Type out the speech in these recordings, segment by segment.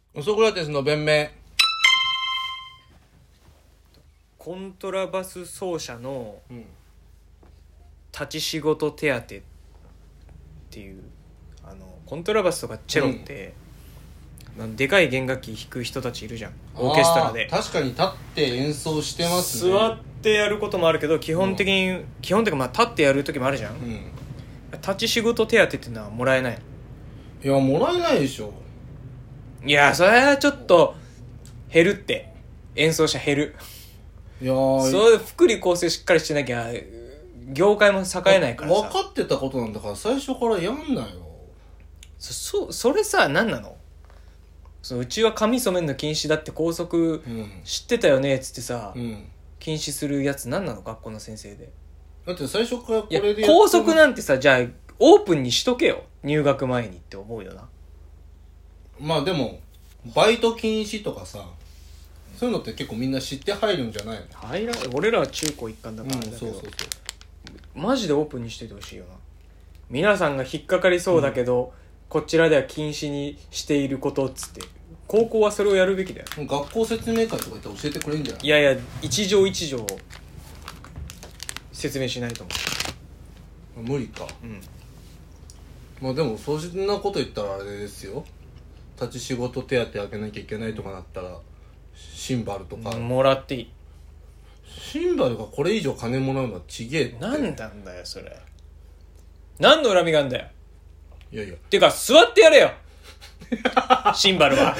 ソクラテスの弁明。 コントラバス奏者のうん立ち仕事手当っていうコントラバスとかチェロって、でかい弦楽器弾く人たちいるじゃん、オーケストラで。 確かに立って演奏してますね。 座ってやることもあるけど基本的にまあ立ってやる時もあるじゃん、立ち仕事手当っていうのはもらえないの？ いやもらえないでしょ。 いやそれはちょっと減るって、演奏者減る。 いやそういう福利厚生しっかりしてなきゃ業界も栄えないからさ。 分かってたことなんだから最初からやんなよ。 それさ、何なの？うちは髪染めるの禁止だって校則知ってたよねっつってさ、禁止するやつ何なの？学校の先生で。 だって最初からこいやれで校則なんてさ、じゃあオープンにしとけよ、入学前にって思うよな。 まあでもバイト禁止とかさ、そういうのって結構みんな知って入るんじゃないの？ 俺らは中高一貫だからだけど、 そうマジでオープンにしといてほしいよな。皆さんが引っかかりそうだけど、こちらでは禁止にしていることっつって、高校はそれをやるべきだよ。 学校説明会とか言って教えてくれるんじゃない？ いやいや、一条一条説明しないと思無理か。まあでもそんなこと言ったらあれですよ、立ち仕事手当あげなきゃいけないとかなったらシンバルとか、 もらっていい。 シンバルがこれ以上金もらうのはちげえって。 なんなんだよそれ。何の恨みがあんだよ。 いやいやてか座ってやれよシンバルは。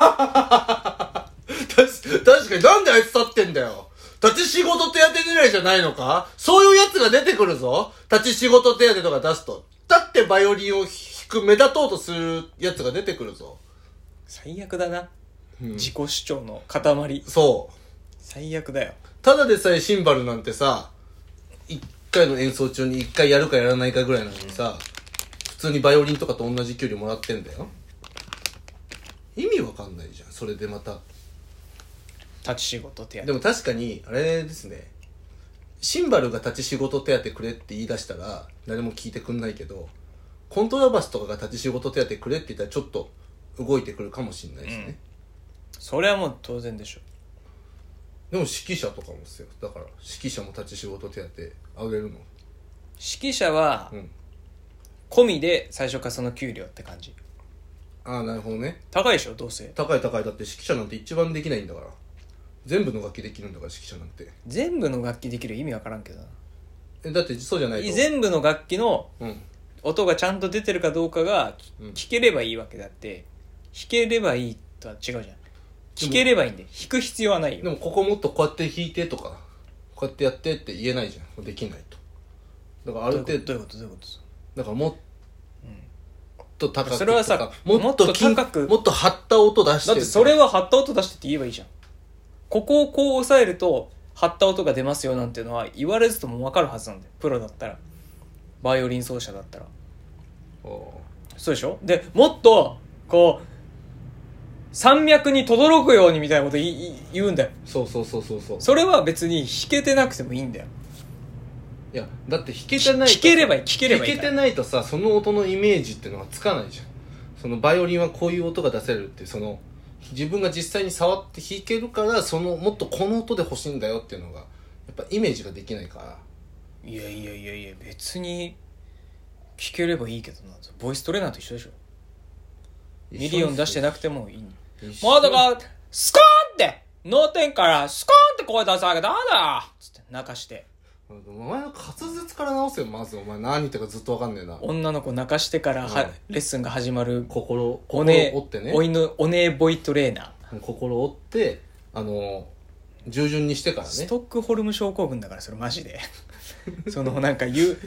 確かになんであいつ立ってんだよ。立ち仕事手当狙いじゃないのか？そういうやつが出てくるぞ。立ち仕事手当とか出すと立ってバイオリンを弾く目立とうとするやつが出てくるぞ。 最悪だな、自己主張の塊。 そう最悪だよ。 ただでさえシンバルなんてさ、1回の演奏中に1回やるかやらないかぐらいなのにさ、普通にバイオリンとかと同じ給料もらってんだよ。意味わかんないじゃんそれでまた。 立ち仕事手当。 でも確かにあれですね、シンバルが立ち仕事手当くれって言い出したら誰も聞いてくんないけど、コントラバスとかが立ち仕事手当くれって言ったらちょっと動いてくるかもしれないですね、 それはもう当然でしょ。 でも指揮者とかもですよ。だから指揮者も立ち仕事手当あげるの？ 指揮者は込みで最初からその給料って感じ。 ああなるほどね。 高いでしょどうせ。 高いだって指揮者なんて一番できないんだから。全部の楽器できるんだから指揮者なんて。 全部の楽器できる意味わからんけどな。 だってそうじゃないと。 全部の楽器の音がちゃんと出てるかどうかが聞ければいいわけだって、弾ければいいとは違うじゃん。聞ければいいんで弾く必要はないよ。 でもここもっとこうやって弾いてとかこうやってやってって言えないじゃん、できないと。だからある程度どういうことだからもっと高く、 それはさ、 もっと高く、 もっと張った音出して。 だってそれは張った音出してって言えばいいじゃん。ここをこう押さえると張った音が出ますよなんていうのは言われずとも分かるはずなんだよ、プロだったら。バイオリン奏者だったらそうでしょ。でもっとこう山脈に轟くようにみたいなこと言うんだよ。 そうそれは別に弾けてなくてもいいんだよ。 いやだって弾けてないと弾ければいい弾けてないとさ、その音のイメージっていうのはつかないじゃん。そのバイオリンはこういう音が出せるって、その自分が実際に触って弾けるから、そのもっとこの音で欲しいんだよっていうのがやっぱイメージができないから。いや別に弾ければいいけどな。ボイストレーナーと一緒でしょ。ミリオン出してなくてもいい。もうだからスコーンって脳天からスコーンって声出すわけだだつって泣かして、 お前の滑舌から直せよ。まずお前何言ってるかずっと分かんねえな。 女の子泣かしてからレッスンが始まる心折ってね、 おねボイトレーナー心折って従順にしてからね。 ストックホルム症候群だからそれマジでそのなんか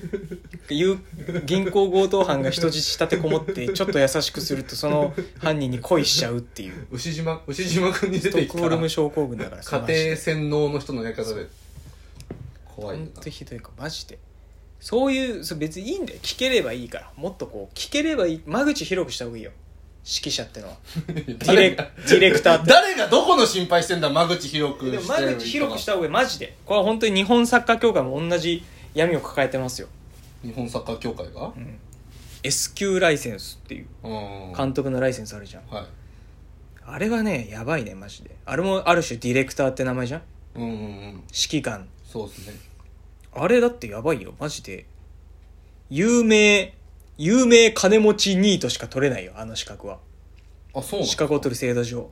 銀行強盗犯が人質立てこもってちょっと優しくするとその犯人に恋しちゃうっていう牛島君に出てきたストックホルム症候群だから家庭洗脳の人のやり方で怖いな。 ほんとひどいかマジで。そう別にいいんだよ、聞ければいいから。もっとこう聞ければいい、間口広くした方がいいよ指揮者ってのはディレクターって誰がどこの心配してんだ。間口広くしてる。 でも間口広くした方がいいマジで。これは本当に日本サッカー協会も同じ闇を抱えてますよ。 日本サッカー協会が、 S 級ライセンスっていう監督のライセンスあるじゃん、 はい、 あれはねやばいねマジで。あれもある種ディレクターって名前じゃん。 うんうんうん。 指揮官。 そうですね。 あれだってやばいよマジで。有名金持ちニートしか取れないよあの資格は。 あ、そうなん資格を取る制度上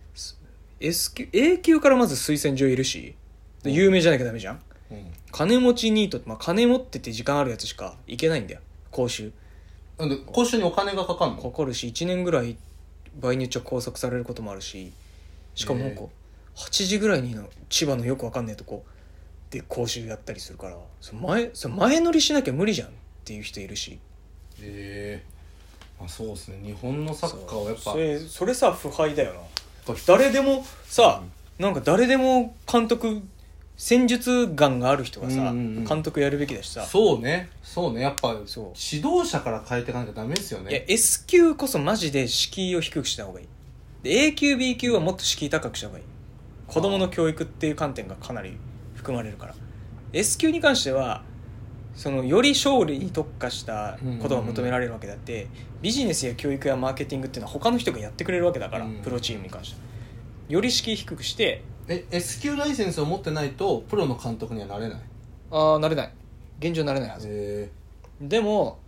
S 級 A 級からまず推薦状いるし、で有名じゃなきゃダメじゃん。 うん。 金持ちニートって、まあ、金持ってて時間あるやつしか行けないんだよ講習。 なんで講習にお金がかかんの？ かかるし1年ぐらい場合によっちゃ拘束されることもあるし、しかもなんか8時ぐらいに千葉のよくわかんないとこで講習やったりするから、それ前乗りしなきゃ無理じゃんっていう人いるし。 まあ、そうですね。日本のサッカーはやっぱそれさ腐敗だよな。誰でもさ、なんか誰でも監督戦術眼がある人がさ、 うんうんうん、 監督やるべきだしさ。 そうねやっぱそう指導者から変えていかなきゃダメですよね。 いや S 級こそマジで敷居を低くした方がいい。で A 級 B 級はもっと敷居高くした方がいい。子供の教育っていう観点がかなり含まれるから。 S 級に関してはそのより勝利に特化したことが求められるわけだって、ビジネスや教育やマーケティングっていうのは他の人がやってくれるわけだから、プロチームに関してはより敷居低くして。 S 級ライセンスを持ってないとプロの監督にはなれない？ なれない。現状なれないはず。でも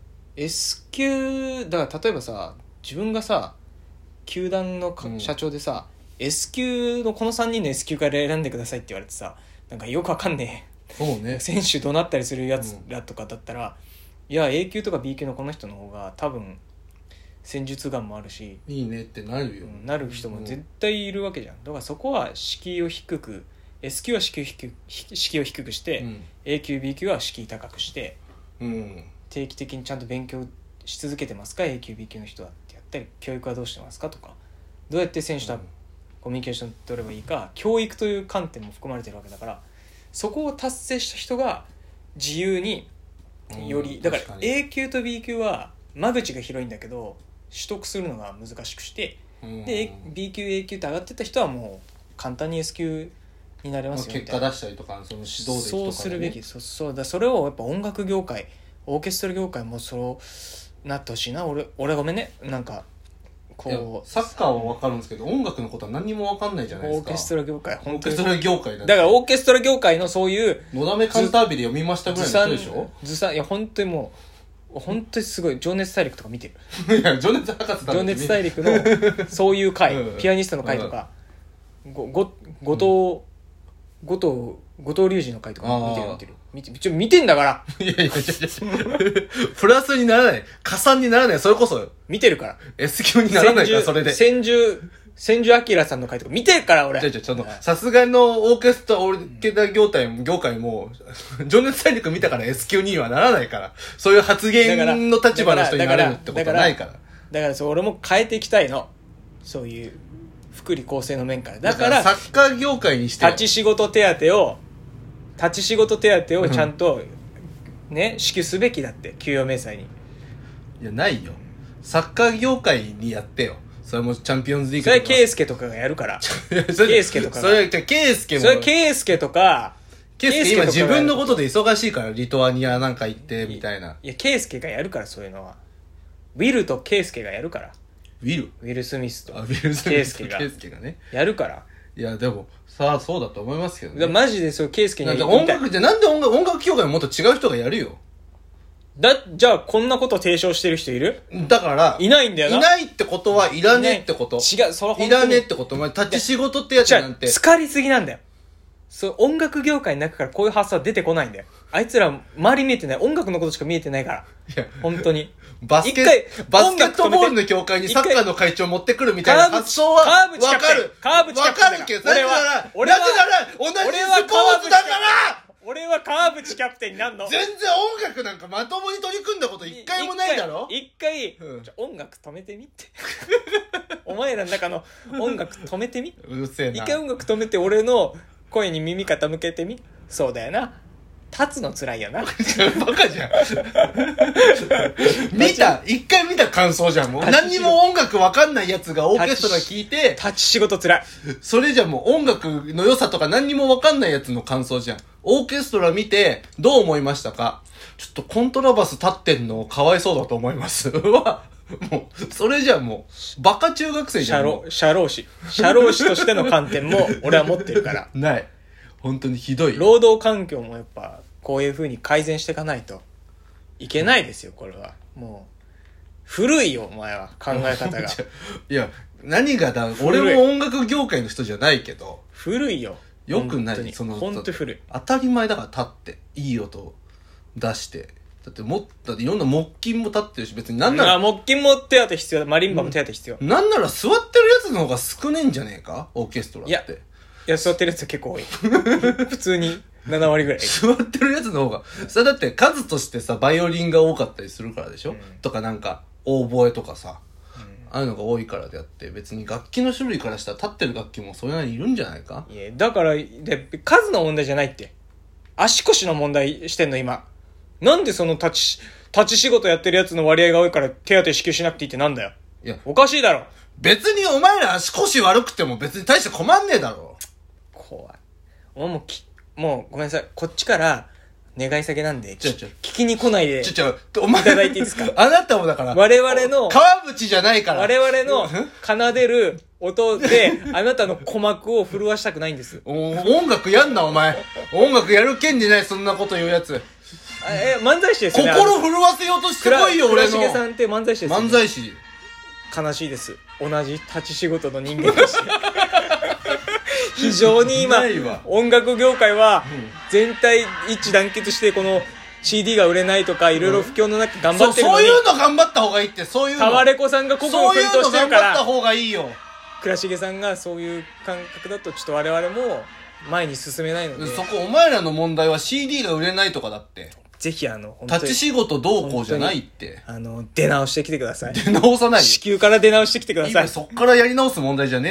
S 級だから、例えばさ自分がさ球団の社長でさ、S 級のこの3人の S 級から選んでくださいって言われてさ、なんかよくわかんねえそうね選手怒鳴ったりするやつらとかだったら、いや A 級とか B 級のこの人の方が多分戦術眼もあるしいいねってなるよ、 なる人も絶対いるわけじゃん。だからそこは敷居を低く S 級は敷居を低くして、A 級 B 級は敷居高くして、定期的にちゃんと勉強し続けてますか A 級 B 級の人はってやったり、教育はどうしてますかとか、どうやって選手とコミュニケーション取ればいいか、教育という観点も含まれてるわけだから、そこを達成した人が自由により、だから A 級と B 級は間口が広いんだけど取得するのが難しくして、で B 級 A 級って上がってった人はもう簡単に S 級になれますよみたいな、 結果出したりとかその指導で、ね、 そうするべき。そうだ、それをやっぱ音楽業界オーケストラ業界もそうなってほしいな。俺ごめんね、なんかこうサッカーは分かるんですけど音楽のことは何にも分かんないじゃないですか。 オーケストラ業界オーケストラ業界だからオーケストラ業界のそういうのだめカンタービレ読みましたぐらいの人でしょ。 ずさんいや本当にもう本当にすごい情熱大陸とか見てるいや情熱博士情熱大陸のそういう回ピアニストの回とか、後藤隆二の回とか見てんだから。 いやプラスにならない、加算にならない、それこそ見てるから S 級にならないから。それで千住明さんの回とか見てるから俺。 ちょっとさすがのオーケストラ業界も情熱大陸見たから S 級にはならないから。そういう発言の立場の人になれるってことはないから。 だから俺も変えていきたいの、そういう福利厚生の面から。だからサッカー業界にして立ち仕事手当をちゃんとね支給すべきだって、給与明細に。 いやないよ、サッカー業界にやってよ。それもチャンピオンズリーグそれは圭介とかがやるから圭介とかそれは圭介も、 それは圭介とか圭介今自分のことで忙しいから、リトアニアなんか行ってみたいな。 いや圭介がやるから、そういうのはウィルと圭介がやるから。 ウィルスミスと圭介がねやるから。 いやでもさあそうだと思いますけどね。 マジでそう圭介に音楽業界ももっと違う人がやるよ。 じゃあこんなことを提唱してる人いる？ だからいないんだよな。 いないってことはいらねえってこと。 違う、それ本当にいらねえってこと。立ち仕事ってやつなんて疲れすぎなんだよ。そう、音楽業界の中からこういう発想は出てこないんだよ。あいつら周り見えてない、音楽のことしか見えてないから。いや本当にバスケットボールの協会にサッカーの会長持ってくるみたいな発想はわかる。わかるけど、なぜなら同じスポーツだから。 俺は川淵キャプテンになるの。 全然音楽なんかまともに取り組んだこと一回もないだろ。 一回、音楽止めてみってお前らの中の音楽止めてみ。 うるせえな。 一回音楽止めて俺の声に耳傾けてみ。そうだよな、立つの辛いよな。 バカじゃん。一回見た感想じゃん。もう何にも音楽わかんないやつがオーケストラ聞いて立ち仕事辛い。 それじゃもう音楽の良さとか何にもわかんないやつの感想じゃん。オーケストラ見てどう思いましたか？ちょっとコントラバス立ってんのかわいそうだと思います。 もうそれじゃもうバカ中学生じゃん。 社労士としての観点も俺は持ってるからない。本当にひどい。 労働環境もやっぱこういう風に改善していかないといけないですよ。これはもう古いよお前は考え方がいや何がだ、俺も音楽業界の人じゃないけど古いよ。 よくない。 本当古い。 当たり前だから立っていい音出して、だっていろんな木琴も立ってるし、別になんなら木琴も手当て必要だ。マリンバも手当て必要、 なんなら座ってるやつの方が少ねえんじゃねえか、オーケストラって。 いや座ってるやつは結構多い普通に7割ぐらい座ってるやつの方がそれだって数としてさバイオリンが多かったりするからでしょ、とかなんかオーボエとかさ、ああいうのが多いからであって、別に楽器の種類からしたら立ってる楽器もそれなりにいるんじゃないか。 いやだから数の問題じゃないって、足腰の問題してんの今。なんでその立ち仕事やってるやつの割合が多いから手当支給しなくていいってなんだよ。 いやおかしいだろ。 別にお前ら足腰悪くても別に大して困んねえだろ。 怖い。お前もうごめんなさい、こっちから願い下げなんで聞きに来ないでお前いただいていいですかあなたもだから我々の川淵じゃないから我々の奏でる音であなたの鼓膜を震わしたくないんです。 音楽やんなお前。音楽やる権利ない、そんなこと言うやつ。 漫才師ですよね。 心震わせようとしてこいよ俺の。 倉重さんって漫才師ですよね。 漫才師。 悲しいです。同じ立ち仕事の人間として非常に今音楽業界は全体一致団結してこの CD が売れないとかいろいろ不況の中頑張ってるのに、 そういうの頑張った方がいいって。そういうのタワレコさんが国を奮闘してるから、そういうの頑張った方がいいよ。 倉重さんがそういう感覚だとちょっと我々も前に進めないので、 そこお前らの問題は CD が売れないとかだって。 ぜひ本当に立ち仕事どうこうじゃないって。 出直してきてください。 出直さないよ。 地球から出直してきてください。 今そっからやり直す問題じゃねえ。